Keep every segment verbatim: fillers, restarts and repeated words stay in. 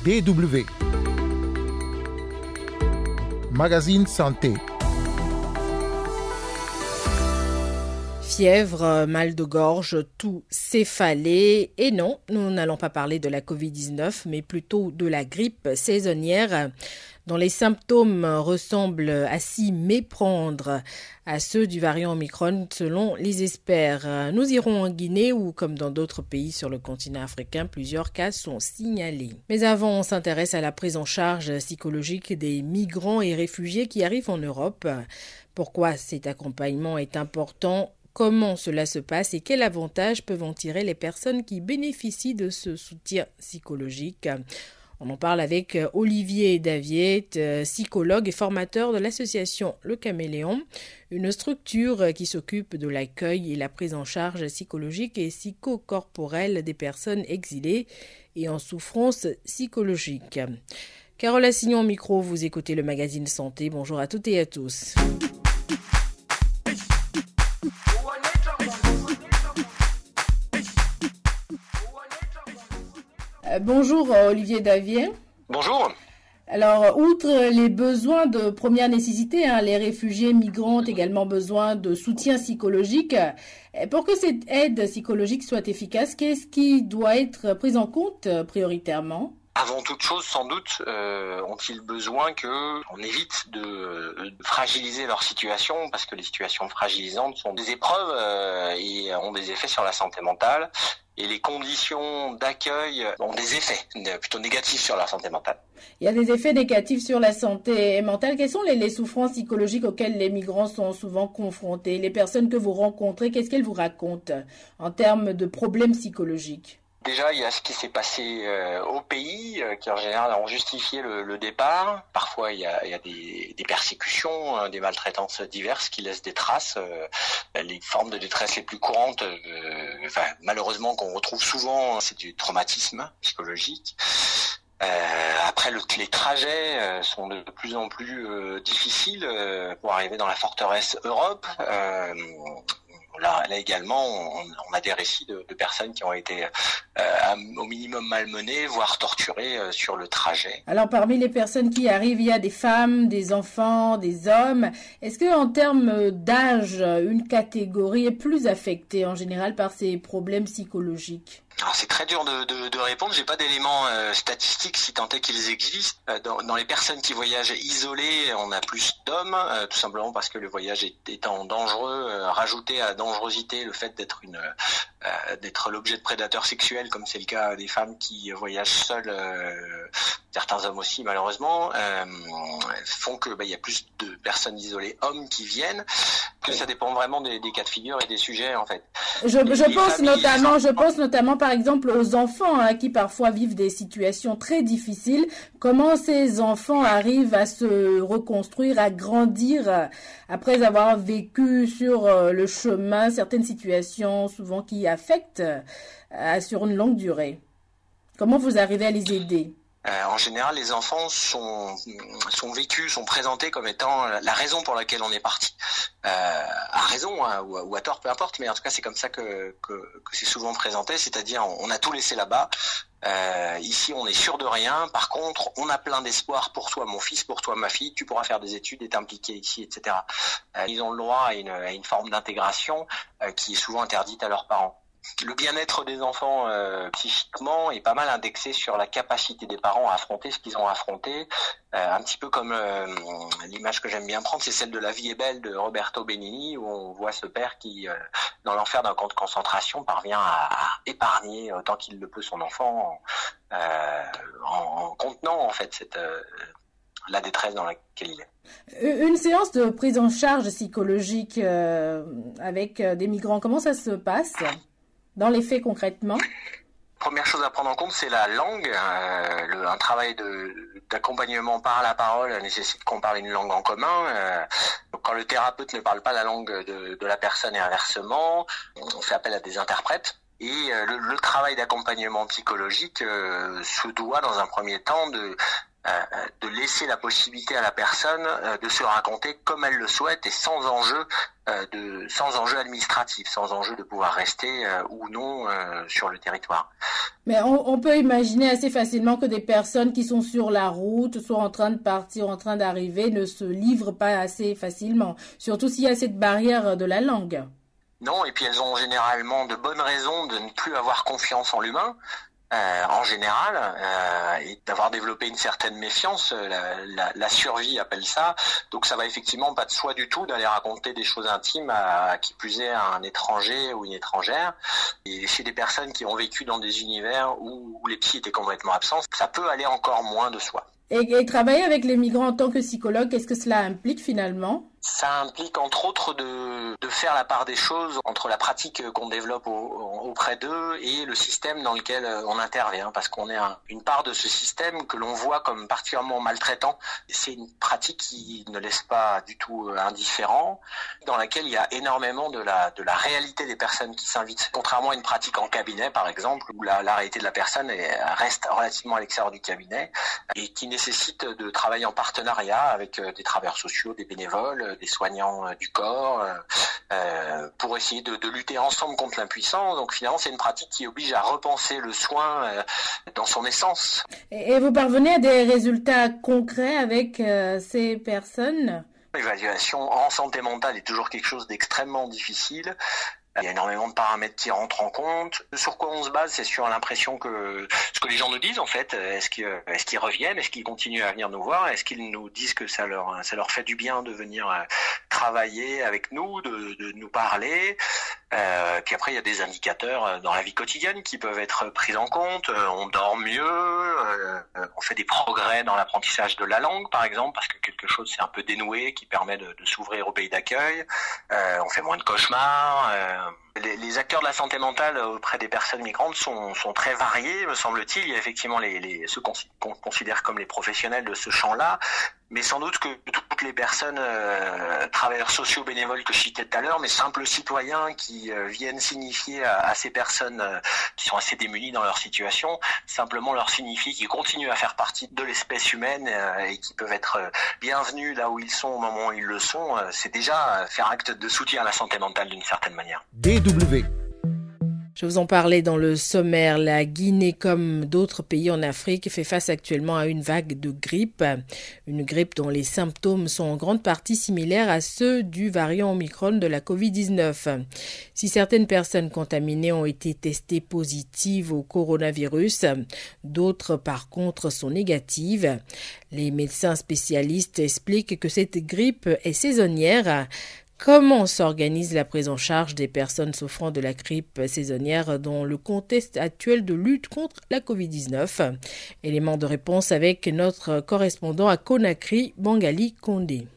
D W. Magazine Santé. Fièvre, mal de gorge, toux, céphalée. Et non, nous n'allons pas parler de la covid dix-neuf, mais plutôt de la grippe saisonnière, dont les symptômes ressemblent à s'y méprendre à ceux du variant Omicron, selon les experts. Nous irons en Guinée où, comme dans d'autres pays sur le continent africain, plusieurs cas sont signalés. Mais avant, on s'intéresse à la prise en charge psychologique des migrants et réfugiés qui arrivent en Europe. Pourquoi cet accompagnement est important ? Comment cela se passe et quels avantages peuvent en tirer les personnes qui bénéficient de ce soutien psychologique ? On en parle avec Olivier Daviette, psychologue et formateur de l'association Le Caméléon, une structure qui s'occupe de l'accueil et la prise en charge psychologique et psychocorporelle des personnes exilées et en souffrance psychologique. Carole Assignon au micro, vous écoutez le magazine Santé. Bonjour à toutes et à tous. Bonjour Olivier Daviette. Bonjour. Alors, outre les besoins de première nécessité, hein, les réfugiés migrants ont également besoin de soutien psychologique. Pour que cette aide psychologique soit efficace, qu'est-ce qui doit être pris en compte prioritairement ? Avant toute chose, sans doute, euh, ont-ils besoin que on évite de, de fragiliser leur situation, parce que les situations fragilisantes sont des épreuves euh, et ont des effets sur la santé mentale. Et les conditions d'accueil ont des effets plutôt négatifs sur la santé mentale. Il y a des effets négatifs sur la santé mentale. Quelles sont les, les souffrances psychologiques auxquelles les migrants sont souvent confrontés ? Les personnes que vous rencontrez, qu'est-ce qu'elles vous racontent en termes de problèmes psychologiques ? Déjà, il y a ce qui s'est passé euh, au pays, euh, qui en général ont justifié le, le départ. Parfois, il y a, il y a des, des persécutions, euh, des maltraitances diverses qui laissent des traces. Euh, les formes de détresse les plus courantes, euh, enfin, malheureusement, qu'on retrouve souvent, c'est du traumatisme psychologique. Euh, après, le, les trajets euh, sont de plus en plus euh, difficiles euh, pour arriver dans la forteresse Europe. Euh, Là, là également, on, on a des récits de, de personnes qui ont été euh, au minimum malmenées, voire torturées euh, sur le trajet. Alors, parmi les personnes qui arrivent, il y a des femmes, des enfants, des hommes. Est-ce que, en termes d'âge, une catégorie est plus affectée en général par ces problèmes psychologiques ? Alors c'est très dur de, de, de répondre, j'ai pas d'éléments euh, statistiques si tant est qu'ils existent. Euh, dans, dans les personnes qui voyagent isolées, on a plus d'hommes, euh, tout simplement parce que le voyage est, étant dangereux, euh, rajouté à la dangerosité le fait d'être une euh, d'être l'objet de prédateurs sexuels, comme c'est le cas des femmes qui voyagent seules, euh, certains hommes aussi malheureusement, euh, font que bah, y a plus de personnes isolées hommes qui viennent. Que ça dépend vraiment des, des cas de figure et des sujets en fait. Je, je pense familles, notamment, enfants... je pense notamment par exemple aux enfants hein, qui parfois vivent des situations très difficiles. Comment ces enfants arrivent à se reconstruire, à grandir euh, après avoir vécu sur euh, le chemin certaines situations souvent qui affectent euh, sur une longue durée. Comment vous arrivez à les aider ? Euh, en général, les enfants sont sont vécus, sont présentés comme étant la raison pour laquelle on est parti. Euh, à raison hein, ou, ou à tort, peu importe, mais en tout cas c'est comme ça que que, que c'est souvent présenté, c'est-à-dire on, on a tout laissé là-bas. Euh, ici, on est sûr de rien. Par contre, on a plein d'espoir pour toi, mon fils, pour toi, ma fille. Tu pourras faire des études et t'impliquer ici, et cetera. Euh, ils ont le droit à une, à une forme d'intégration euh, qui est souvent interdite à leurs parents. Le bien-être des enfants euh, psychiquement est pas mal indexé sur la capacité des parents à affronter ce qu'ils ont affronté. Euh, un petit peu comme euh, l'image que j'aime bien prendre, c'est celle de La vie est belle de Roberto Benigni, où on voit ce père qui, euh, dans l'enfer d'un camp de concentration, parvient à, à épargner autant qu'il le peut son enfant en, euh, en, en contenant en fait cette... Euh, la détresse dans laquelle il est. Une séance de prise en charge psychologique euh, avec des migrants, comment ça se passe dans les faits concrètement ? Première chose à prendre en compte, c'est la langue. Euh, le, un travail de, d'accompagnement par la parole nécessite qu'on parle une langue en commun. Euh, donc quand le thérapeute ne parle pas la langue de, de la personne et inversement, on fait appel à des interprètes. Et euh, le, le travail d'accompagnement psychologique euh, se doit dans un premier temps de euh, de laisser la possibilité à la personne euh, de se raconter comme elle le souhaite et sans enjeu euh, de sans enjeu administratif, sans enjeu de pouvoir rester euh, ou non euh, sur le territoire. Mais on, on peut imaginer assez facilement que des personnes qui sont sur la route, soit en train de partir, en train d'arriver, ne se livrent pas assez facilement, surtout s'il y a cette barrière de la langue. Non, et puis elles ont généralement de bonnes raisons de ne plus avoir confiance en l'humain. Euh, en général, euh, et d'avoir développé une certaine méfiance, la, la, la survie appelle ça. Donc ça va effectivement pas de soi du tout d'aller raconter des choses intimes à, à qui plus est à un étranger ou une étrangère. Et chez des personnes qui ont vécu dans des univers où, où les psys étaient complètement absents, ça peut aller encore moins de soi. Et, et travailler avec les migrants en tant que psychologue, qu'est-ce que cela implique finalement ? Ça implique entre autres de, de faire la part des choses entre la pratique qu'on développe au, auprès d'eux et le système dans lequel on intervient, parce qu'on est un, une part de ce système que l'on voit comme particulièrement maltraitant. C'est une pratique qui ne laisse pas du tout indifférent, dans laquelle il y a énormément de la, de la réalité des personnes qui s'invitent, contrairement à une pratique en cabinet par exemple, où la, la réalité de la personne est, reste relativement à l'extérieur du cabinet et qui nécessite de travailler en partenariat avec des travailleurs sociaux, des bénévoles, des soignants euh, du corps, euh, euh, pour essayer de, de lutter ensemble contre l'impuissance. Donc finalement, c'est une pratique qui oblige à repenser le soin euh, dans son essence. Et, et vous parvenez à des résultats concrets avec euh, ces personnes ? L'évaluation en santé mentale est toujours quelque chose d'extrêmement difficile. Il y a énormément de paramètres qui rentrent en compte. Sur quoi on se base, c'est sur l'impression que ce que les gens nous disent en fait. Est-ce qu'ils, est-ce qu'ils reviennent, est-ce qu'ils continuent à venir nous voir, est-ce qu'ils nous disent que ça leur ça leur fait du bien de venir travailler avec nous, de, de nous parler. Euh, puis après, il y a des indicateurs dans la vie quotidienne qui peuvent être pris en compte. On dort mieux, euh, on fait des progrès dans l'apprentissage de la langue, par exemple, parce que quelque chose c'est un peu dénoué qui permet de, de s'ouvrir au pays d'accueil. Euh, on fait moins de cauchemars. Euh, Les, les acteurs de la santé mentale auprès des personnes migrantes sont, sont très variés, me semble-t-il. Il y a effectivement les, les, ceux qu'on, qu'on considère comme les professionnels de ce champ-là, mais sans doute que toutes les personnes, euh, travailleurs sociaux, bénévoles que je citais tout à l'heure, mais simples citoyens qui euh, viennent signifier à, à ces personnes euh, qui sont assez démunies dans leur situation, simplement leur signifier qu'ils continuent à faire partie de l'espèce humaine euh, et qui peuvent être euh, bienvenus là où ils sont au moment où ils le sont, euh, c'est déjà faire acte de soutien à la santé mentale d'une certaine manière. D W. Je vous en parlais dans le sommaire. La Guinée, comme d'autres pays en Afrique, fait face actuellement à une vague de grippe. Une grippe dont les symptômes sont en grande partie similaires à ceux du variant Omicron de la covid dix-neuf. Si certaines personnes contaminées ont été testées positives au coronavirus, d'autres par contre sont négatives. Les médecins spécialistes expliquent que cette grippe est saisonnière. Comment s'organise la prise en charge des personnes souffrant de la grippe saisonnière dans le contexte actuel de lutte contre la covid dix-neuf? Élément de réponse avec notre correspondant à Conakry, Bangali Condé.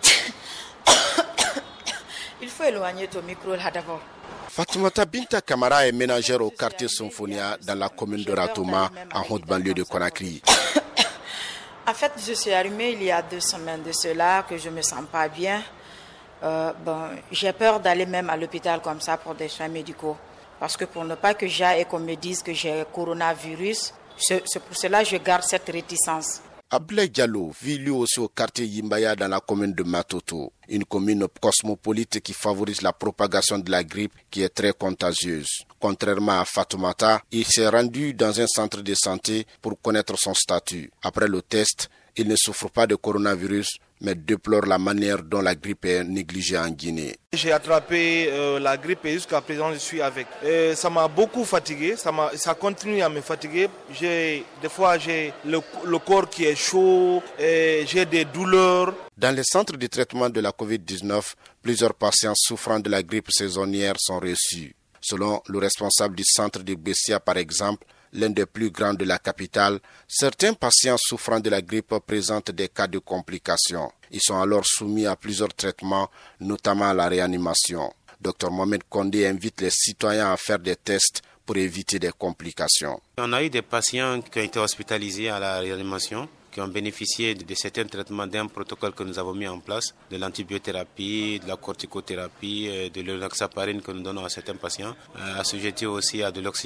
Il faut éloigner ton micro là d'abord. Fatoumata Binta Kamara est ménagère au quartier Symphonia dans la commune de Ratouma, en haute banlieue de Conakry. En fait, je suis arrivée il y a deux semaines de cela, que je me sens pas bien. Euh, bon, j'ai peur d'aller même à l'hôpital comme ça pour des soins médicaux. Parce que pour ne pas que j'aille et qu'on me dise que j'ai coronavirus, c'est, c'est pour cela que je garde cette réticence. Ablaye Diallo vit lui aussi au quartier Yimbaya dans la commune de Matoto, une commune cosmopolite qui favorise la propagation de la grippe qui est très contagieuse. Contrairement à Fatoumata, il s'est rendu dans un centre de santé pour connaître son statut. Après le test, il ne souffre pas de coronavirus, mais déplore la manière dont la grippe est négligée en Guinée. J'ai attrapé euh, la grippe et jusqu'à présent je suis avec. Et ça m'a beaucoup fatigué, ça, m'a, ça continue à me fatiguer. J'ai, des fois j'ai le, le corps qui est chaud, et j'ai des douleurs. Dans les centres de traitement de la covid dix-neuf, plusieurs patients souffrant de la grippe saisonnière sont reçus. Selon le responsable du centre de Bessia par exemple, l'un des plus grands de la capitale, certains patients souffrant de la grippe présentent des cas de complications. Ils sont alors soumis à plusieurs traitements, notamment à la réanimation. Docteur Mohamed Condé invite les citoyens à faire des tests pour éviter des complications. On a eu des patients qui ont été hospitalisés à la réanimation, qui ont bénéficié de certains traitements d'un protocole que nous avons mis en place, de l'antibiothérapie, de la corticothérapie, de l'enoxaparine que nous donnons à certains patients, assujettis aussi à de l'oxygène.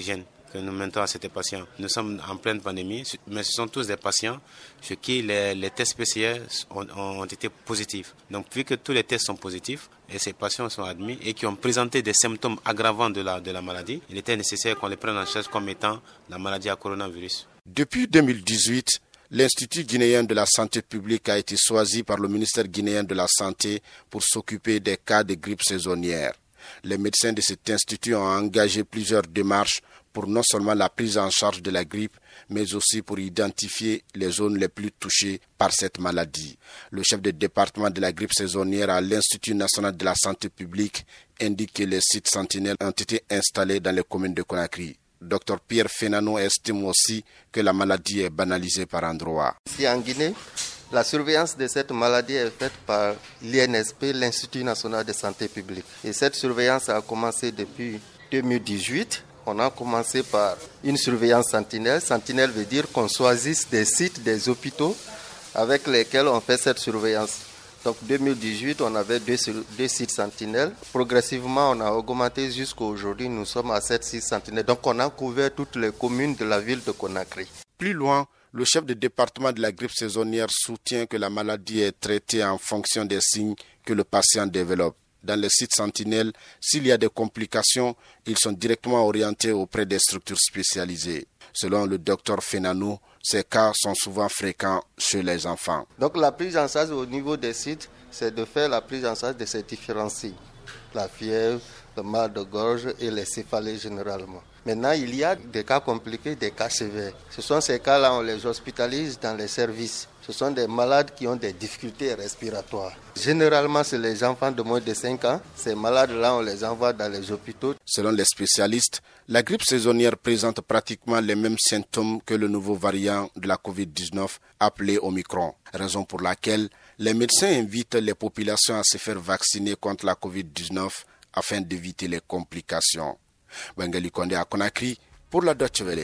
que nous mettons à ces patients. Nous sommes en pleine pandémie, mais ce sont tous des patients chez qui les, les tests P C R ont, ont été positifs. Donc, vu que tous les tests sont positifs et ces patients sont admis et qui ont présenté des symptômes aggravants de la, de la maladie, il était nécessaire qu'on les prenne en charge comme étant la maladie à coronavirus. Depuis deux mille dix-huit, l'Institut guinéen de la santé publique a été choisi par le ministère guinéen de la Santé pour s'occuper des cas de grippe saisonnière. Les médecins de cet institut ont engagé plusieurs démarches pour non seulement la prise en charge de la grippe, mais aussi pour identifier les zones les plus touchées par cette maladie. Le chef de département de la grippe saisonnière à l'Institut national de la santé publique indique que les sites sentinelles ont été installés dans les communes de Conakry. Docteur Pierre Fenano estime aussi que la maladie est banalisée par endroits. Ici en Guinée, la surveillance de cette maladie est faite par l'I N S P, l'Institut national de santé publique. Et cette surveillance a commencé depuis deux mille dix-huit. On a commencé par une surveillance sentinelle. Sentinelle veut dire qu'on choisisse des sites, des hôpitaux avec lesquels on fait cette surveillance. Donc deux mille dix-huit, on avait deux, deux sites sentinelles. Progressivement, on a augmenté jusqu'à aujourd'hui. Nous sommes à sept sites sentinelles. Donc on a couvert toutes les communes de la ville de Conakry. Plus loin, le chef de département de la grippe saisonnière soutient que la maladie est traitée en fonction des signes que le patient développe. Dans les sites sentinelles, s'il y a des complications, ils sont directement orientés auprès des structures spécialisées. Selon le docteur Fenano, ces cas sont souvent fréquents chez les enfants. Donc la prise en charge au niveau des sites, c'est de faire la prise en charge de ces différents signes. La fièvre, le mal de gorge et les céphalées généralement. Maintenant, il y a des cas compliqués, des cas sévères. Ce sont ces cas-là, on les hospitalise dans les services. Ce sont des malades qui ont des difficultés respiratoires. Généralement, c'est les enfants de moins de cinq ans. Ces malades-là, on les envoie dans les hôpitaux. Selon les spécialistes, la grippe saisonnière présente pratiquement les mêmes symptômes que le nouveau variant de la covid dix-neuf appelé Omicron. Raison pour laquelle les médecins invitent les populations à se faire vacciner contre la covid dix-neuf afin d'éviter les complications. Bengali Kondé à Conakry pour la Deutsche Welle.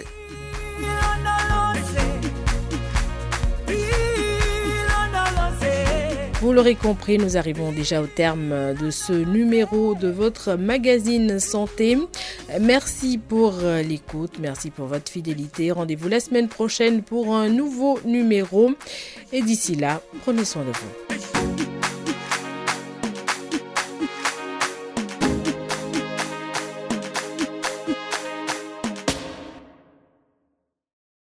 Vous l'aurez compris, nous arrivons déjà au terme de ce numéro de votre magazine Santé. Merci pour l'écoute, merci pour votre fidélité. Rendez-vous la semaine prochaine pour un nouveau numéro. Et d'ici là, prenez soin de vous.